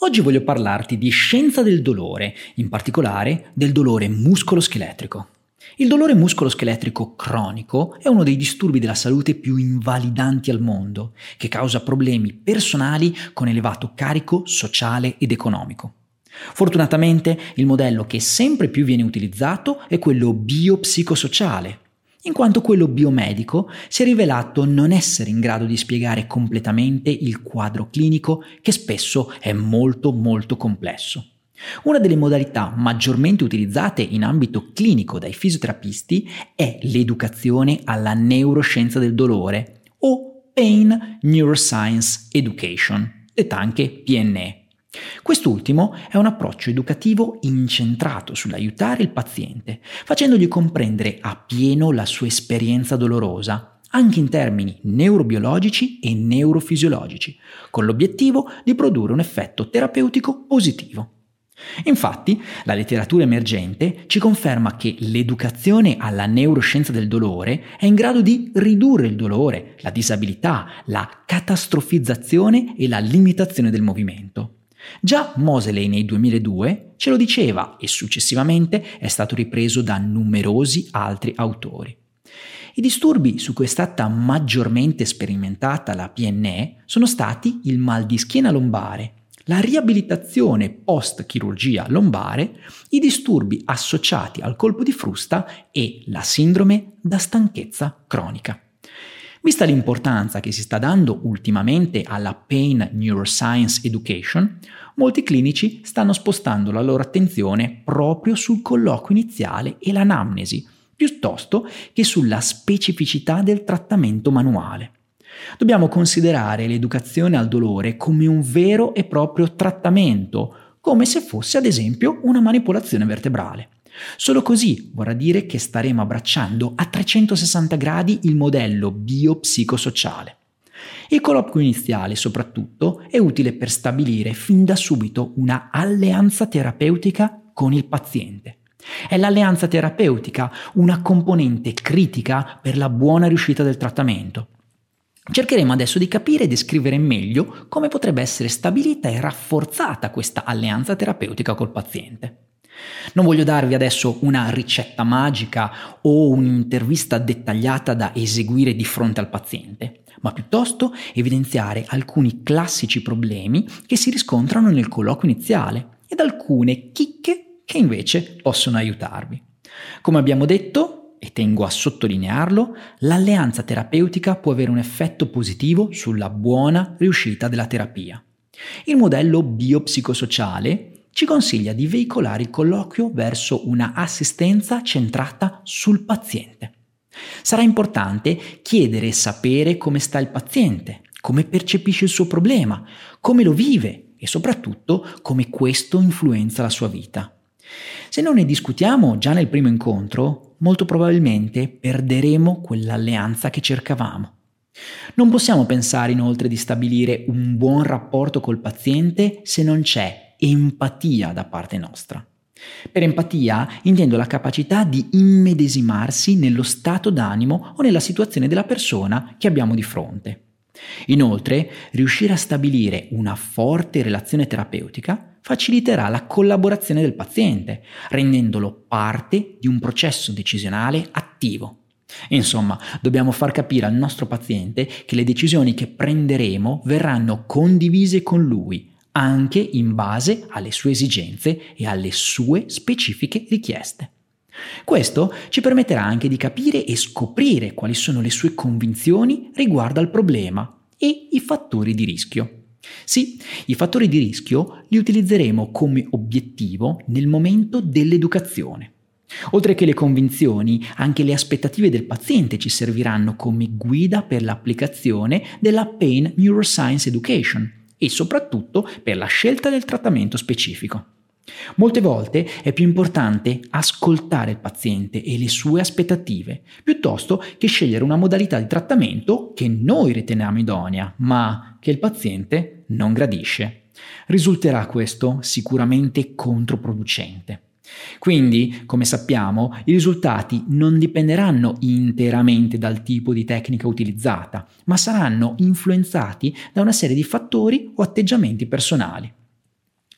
Oggi voglio parlarti di scienza del dolore, in particolare del dolore muscoloscheletrico. Il dolore muscoloscheletrico cronico è uno dei disturbi della salute più invalidanti al mondo, che causa problemi personali con elevato carico sociale ed economico. Fortunatamente il modello che sempre più viene utilizzato è quello biopsicosociale, in quanto quello biomedico si è rivelato non essere in grado di spiegare completamente il quadro clinico, che spesso è molto complesso. Una delle modalità maggiormente utilizzate in ambito clinico dai fisioterapisti è l'educazione alla neuroscienza del dolore o Pain Neuroscience Education, detta anche PNE. Quest'ultimo è un approccio educativo incentrato sull'aiutare il paziente, facendogli comprendere appieno la sua esperienza dolorosa, anche in termini neurobiologici e neurofisiologici, con l'obiettivo di produrre un effetto terapeutico positivo. Infatti, la letteratura emergente ci conferma che l'educazione alla neuroscienza del dolore è in grado di ridurre il dolore, la disabilità, la catastrofizzazione e la limitazione del movimento. Già Moseley nel 2002 ce lo diceva e successivamente è stato ripreso da numerosi altri autori. I disturbi su cui è stata maggiormente sperimentata la PNE sono stati il mal di schiena lombare, la riabilitazione post-chirurgia lombare, i disturbi associati al colpo di frusta e la sindrome da stanchezza cronica. Vista l'importanza che si sta dando ultimamente alla Pain Neuroscience Education, molti clinici stanno spostando la loro attenzione proprio sul colloquio iniziale e l'anamnesi, piuttosto che sulla specificità del trattamento manuale. Dobbiamo considerare l'educazione al dolore come un vero e proprio trattamento, come se fosse ad esempio una manipolazione vertebrale. Solo così vorrà dire che staremo abbracciando a 360 gradi il modello biopsicosociale. Il colloquio iniziale, soprattutto, è utile per stabilire fin da subito una alleanza terapeutica con il paziente. È l'alleanza terapeutica una componente critica per la buona riuscita del trattamento. Cercheremo adesso di capire e descrivere meglio come potrebbe essere stabilita e rafforzata questa alleanza terapeutica col paziente. Non voglio darvi adesso una ricetta magica o un'intervista dettagliata da eseguire di fronte al paziente, ma piuttosto evidenziare alcuni classici problemi che si riscontrano nel colloquio iniziale ed alcune chicche che invece possono aiutarvi. Come abbiamo detto, e tengo a sottolinearlo, l'alleanza terapeutica può avere un effetto positivo sulla buona riuscita della terapia. Il modello biopsicosociale ci consiglia di veicolare il colloquio verso una assistenza centrata sul paziente. Sarà importante chiedere e sapere come sta il paziente, come percepisce il suo problema, come lo vive e soprattutto come questo influenza la sua vita. Se non ne discutiamo già nel primo incontro, molto probabilmente perderemo quell'alleanza che cercavamo. Non possiamo pensare inoltre di stabilire un buon rapporto col paziente se non c'è empatia da parte nostra. Per empatia intendo la capacità di immedesimarsi nello stato d'animo o nella situazione della persona che abbiamo di fronte. Inoltre, riuscire a stabilire una forte relazione terapeutica faciliterà la collaborazione del paziente, rendendolo parte di un processo decisionale attivo. Insomma, dobbiamo far capire al nostro paziente che le decisioni che prenderemo verranno condivise con lui, anche in base alle sue esigenze e alle sue specifiche richieste. Questo ci permetterà anche di capire e scoprire quali sono le sue convinzioni riguardo al problema e i fattori di rischio. Sì, i fattori di rischio li utilizzeremo come obiettivo nel momento dell'educazione. Oltre che le convinzioni, anche le aspettative del paziente ci serviranno come guida per l'applicazione della Pain Neuroscience Education e soprattutto per la scelta del trattamento specifico. Molte volte è più importante ascoltare il paziente e le sue aspettative, piuttosto che scegliere una modalità di trattamento che noi riteniamo idonea, ma che il paziente non gradisce. Risulterà questo sicuramente controproducente. Quindi, come sappiamo, i risultati non dipenderanno interamente dal tipo di tecnica utilizzata, ma saranno influenzati da una serie di fattori o atteggiamenti personali.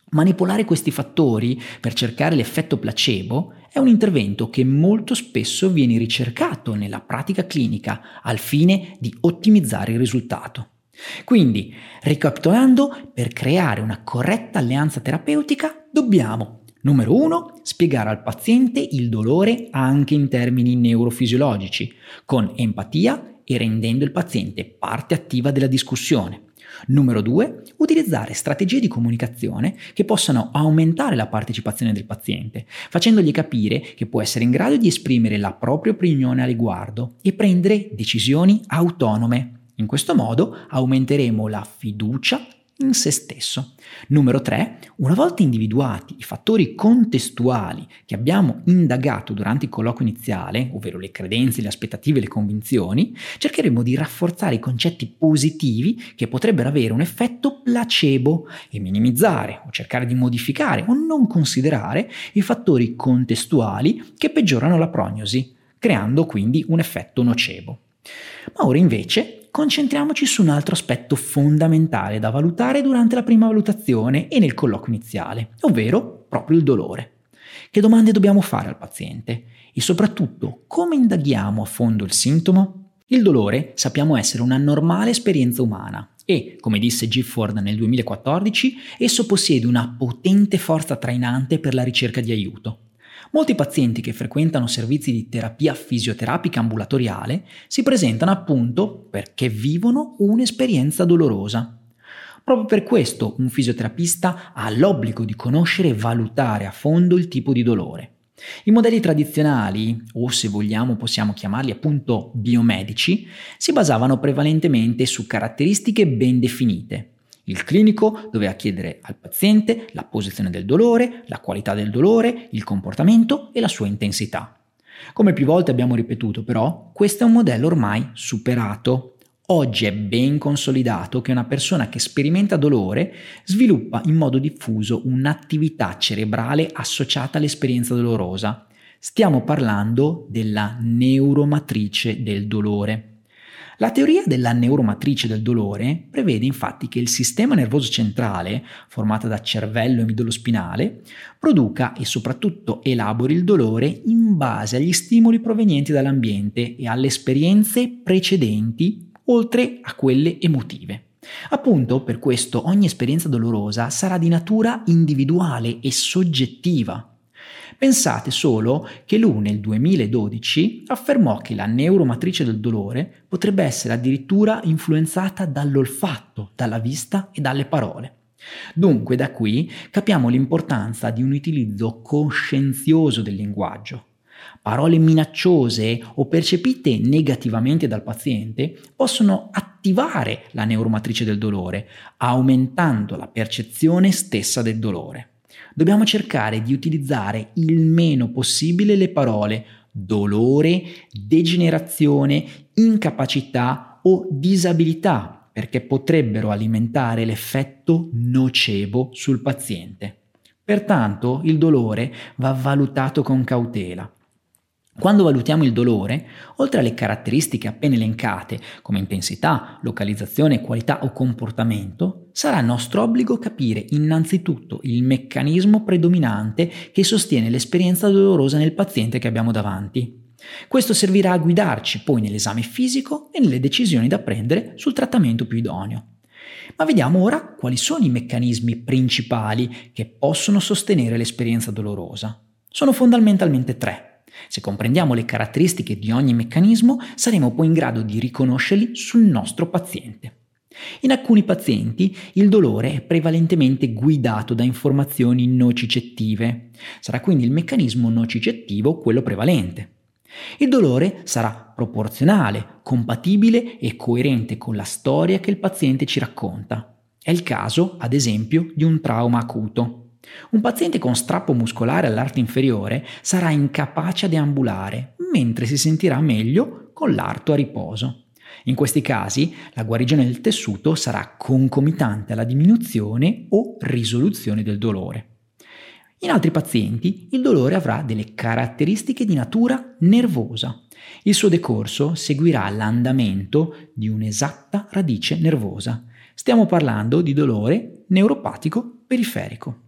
Manipolare questi fattori per cercare l'effetto placebo è un intervento che molto spesso viene ricercato nella pratica clinica al fine di ottimizzare il risultato. Quindi, ricapitolando, per creare una corretta alleanza terapeutica dobbiamo, numero 1, spiegare al paziente il dolore anche in termini neurofisiologici, con empatia e rendendo il paziente parte attiva della discussione. Numero 2, utilizzare strategie di comunicazione che possano aumentare la partecipazione del paziente, facendogli capire che può essere in grado di esprimere la propria opinione a riguardo e prendere decisioni autonome. In questo modo aumenteremo la fiducia in se stesso. Numero 3, una volta individuati i fattori contestuali che abbiamo indagato durante il colloquio iniziale, ovvero le credenze, le aspettative e le convinzioni, cercheremo di rafforzare i concetti positivi che potrebbero avere un effetto placebo e minimizzare o cercare di modificare o non considerare i fattori contestuali che peggiorano la prognosi, creando quindi un effetto nocebo. Ma ora invece concentriamoci su un altro aspetto fondamentale da valutare durante la prima valutazione e nel colloquio iniziale, ovvero proprio il dolore. Che domande dobbiamo fare al paziente? E soprattutto, come indaghiamo a fondo il sintomo? Il dolore sappiamo essere una normale esperienza umana e, come disse Gifford nel 2014, esso possiede una potente forza trainante per la ricerca di aiuto. Molti pazienti che frequentano servizi di terapia fisioterapica ambulatoriale si presentano appunto perché vivono un'esperienza dolorosa. Proprio per questo un fisioterapista ha l'obbligo di conoscere e valutare a fondo il tipo di dolore. I modelli tradizionali, o se vogliamo possiamo chiamarli appunto biomedici, si basavano prevalentemente su caratteristiche ben definite. Il clinico doveva chiedere al paziente la posizione del dolore, la qualità del dolore, il comportamento e la sua intensità. Come più volte abbiamo ripetuto però, questo è un modello ormai superato. Oggi è ben consolidato che una persona che sperimenta dolore sviluppa in modo diffuso un'attività cerebrale associata all'esperienza dolorosa. Stiamo parlando della neuromatrice del dolore. La teoria della neuromatrice del dolore prevede infatti che il sistema nervoso centrale, formato da cervello e midollo spinale, produca e soprattutto elabori il dolore in base agli stimoli provenienti dall'ambiente e alle esperienze precedenti, oltre a quelle emotive. Appunto, per questo ogni esperienza dolorosa sarà di natura individuale e soggettiva. Pensate solo che lui nel 2012 affermò che la neuromatrice del dolore potrebbe essere addirittura influenzata dall'olfatto, dalla vista e dalle parole. Dunque da qui capiamo l'importanza di un utilizzo coscienzioso del linguaggio. Parole minacciose o percepite negativamente dal paziente possono attivare la neuromatrice del dolore, aumentando la percezione stessa del dolore. Dobbiamo cercare di utilizzare il meno possibile le parole dolore, degenerazione, incapacità o disabilità, perché potrebbero alimentare l'effetto nocebo sul paziente. Pertanto il dolore va valutato con cautela. Quando valutiamo il dolore, oltre alle caratteristiche appena elencate, come intensità, localizzazione, qualità o comportamento, sarà nostro obbligo capire innanzitutto il meccanismo predominante che sostiene l'esperienza dolorosa nel paziente che abbiamo davanti. Questo servirà a guidarci poi nell'esame fisico e nelle decisioni da prendere sul trattamento più idoneo. Ma vediamo ora quali sono i meccanismi principali che possono sostenere l'esperienza dolorosa. Sono fondamentalmente 3. Se comprendiamo le caratteristiche di ogni meccanismo, saremo poi in grado di riconoscerli sul nostro paziente. In alcuni pazienti il dolore è prevalentemente guidato da informazioni nocicettive. Sarà quindi il meccanismo nocicettivo quello prevalente. Il dolore sarà proporzionale, compatibile e coerente con la storia che il paziente ci racconta. È il caso, ad esempio, di un trauma acuto. Un paziente con strappo muscolare all'arto inferiore sarà incapace a deambulare, mentre si sentirà meglio con l'arto a riposo. In questi casi, la guarigione del tessuto sarà concomitante alla diminuzione o risoluzione del dolore. In altri pazienti, il dolore avrà delle caratteristiche di natura nervosa. Il suo decorso seguirà l'andamento di un'esatta radice nervosa. Stiamo parlando di dolore neuropatico periferico.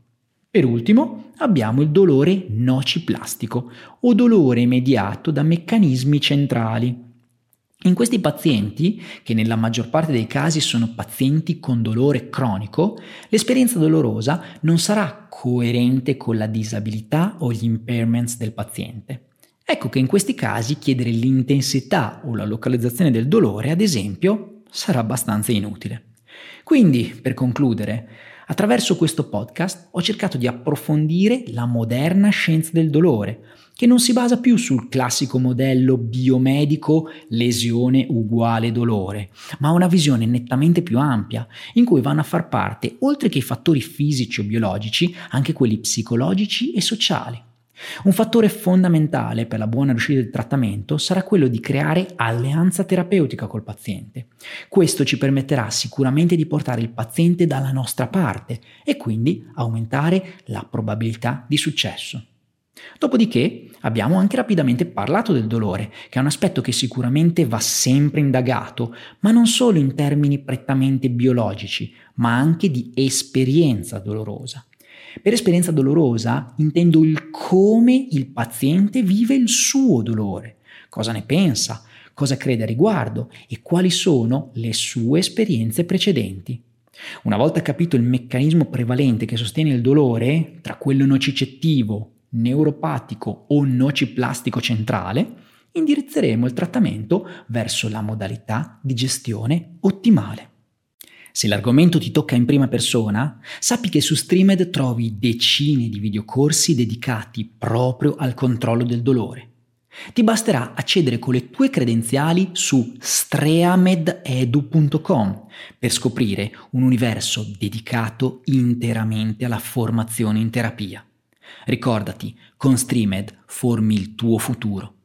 Per ultimo abbiamo il dolore nociplastico o dolore mediato da meccanismi centrali. In questi pazienti, che nella maggior parte dei casi sono pazienti con dolore cronico, l'esperienza dolorosa non sarà coerente con la disabilità o gli impairments del paziente. Ecco che in questi casi chiedere l'intensità o la localizzazione del dolore, ad esempio, sarà abbastanza inutile. Quindi, per concludere, attraverso questo podcast ho cercato di approfondire la moderna scienza del dolore, che non si basa più sul classico modello biomedico lesione uguale dolore, ma ha una visione nettamente più ampia, in cui vanno a far parte, oltre che i fattori fisici o biologici, anche quelli psicologici e sociali. Un fattore fondamentale per la buona riuscita del trattamento sarà quello di creare alleanza terapeutica col paziente. Questo ci permetterà sicuramente di portare il paziente dalla nostra parte e quindi aumentare la probabilità di successo. Dopodiché abbiamo anche rapidamente parlato del dolore, che è un aspetto che sicuramente va sempre indagato, ma non solo in termini prettamente biologici, ma anche di esperienza dolorosa. Per esperienza dolorosa intendo il come il paziente vive il suo dolore, cosa ne pensa, cosa crede a riguardo e quali sono le sue esperienze precedenti. Una volta capito il meccanismo prevalente che sostiene il dolore, tra quello nocicettivo, neuropatico o nociplastico centrale, indirizzeremo il trattamento verso la modalità di gestione ottimale. Se l'argomento ti tocca in prima persona, sappi che su Streamed trovi decine di videocorsi dedicati proprio al controllo del dolore. Ti basterà accedere con le tue credenziali su streamededu.com per scoprire un universo dedicato interamente alla formazione in terapia. Ricordati, con Streamed formi il tuo futuro.